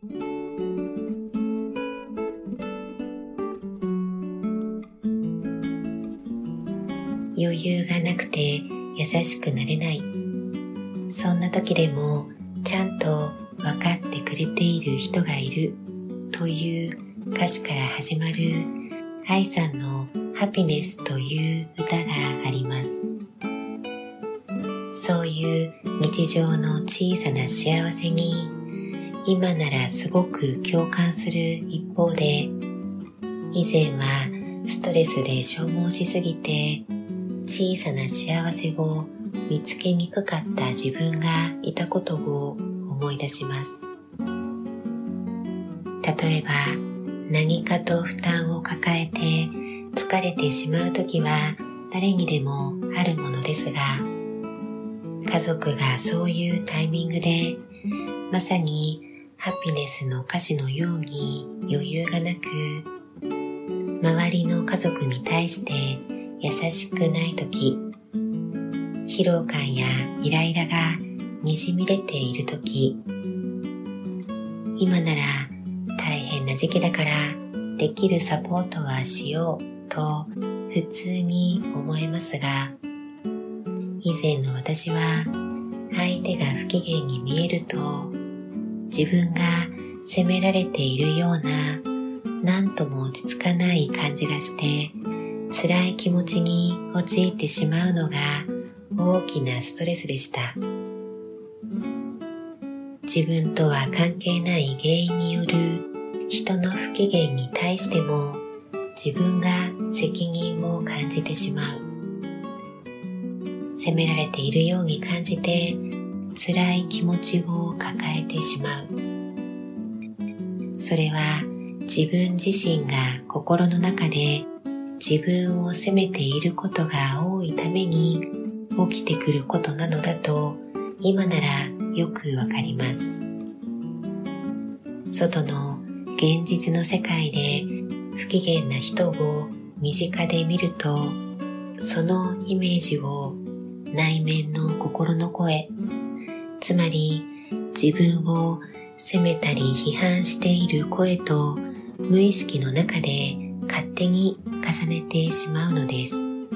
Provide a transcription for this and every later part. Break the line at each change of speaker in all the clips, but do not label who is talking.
余裕がなくて優しくなれない。そんな時でもちゃんと分かってくれている人がいるという歌詞から始まる愛さんのハピネスという歌があります。そういう日常の小さな幸せに今ならすごく共感する一方で、以前はストレスで消耗しすぎて小さな幸せを見つけにくかった自分がいたことを思い出します。例えば何かと負担を抱えて疲れてしまうときは誰にでもあるものですが、家族がそういうタイミングでまさにハピネスの歌詞のように余裕がなく、周りの家族に対して優しくないとき、疲労感やイライラがにじみ出ているとき、今なら大変な時期だからできるサポートはしようと普通に思えますが、以前の私は相手が不機嫌に見えると自分が責められているようななんとも落ち着かない感じがして辛い気持ちに陥ってしまうのが大きなストレスでした。自分とは関係ない原因による人の不機嫌に対しても自分が責任を感じてしまう。責められているように感じて辛い気持ちを抱えてしまう。それは自分自身が心の中で自分を責めていることが多いために起きてくることなのだと今ならよくわかります。外の現実の世界で不機嫌な人を身近で見ると、そのイメージを内面の心の声、つまり自分を責めたり批判している声と無意識の中で勝手に重ねてしまうのです。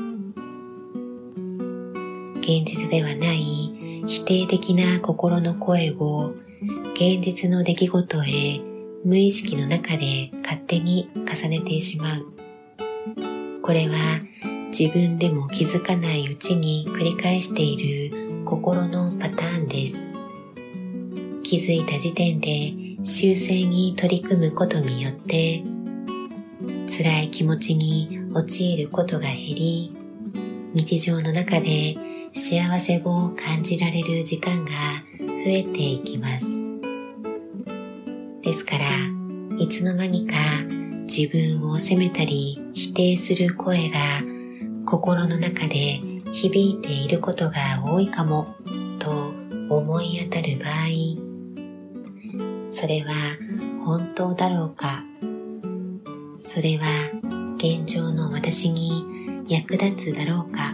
現実ではない否定的な心の声を現実の出来事へ無意識の中で勝手に重ねてしまう。これは自分でも気づかないうちに繰り返している心のパターンです。気づいた時点で修正に取り組むことによって辛い気持ちに陥ることが減り、日常の中で幸せを感じられる時間が増えていきます。ですから、いつの間にか自分を責めたり否定する声が心の中で響いていることが多いかもと思い当たる場合、それは本当だろうか、それは現状の私に役立つだろうか。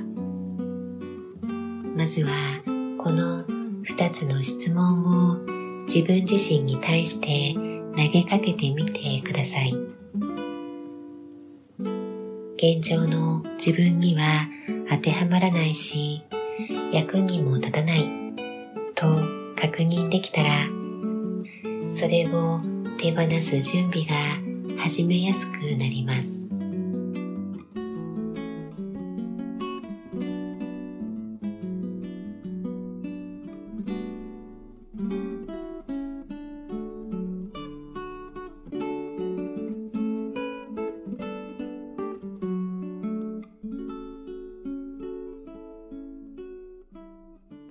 まずはこの2つの質問を自分自身に対して投げかけてみてください。現状の自分には当てはまらないし、役にも立たないと確認できたら、それを手放す準備が始めやすくなります。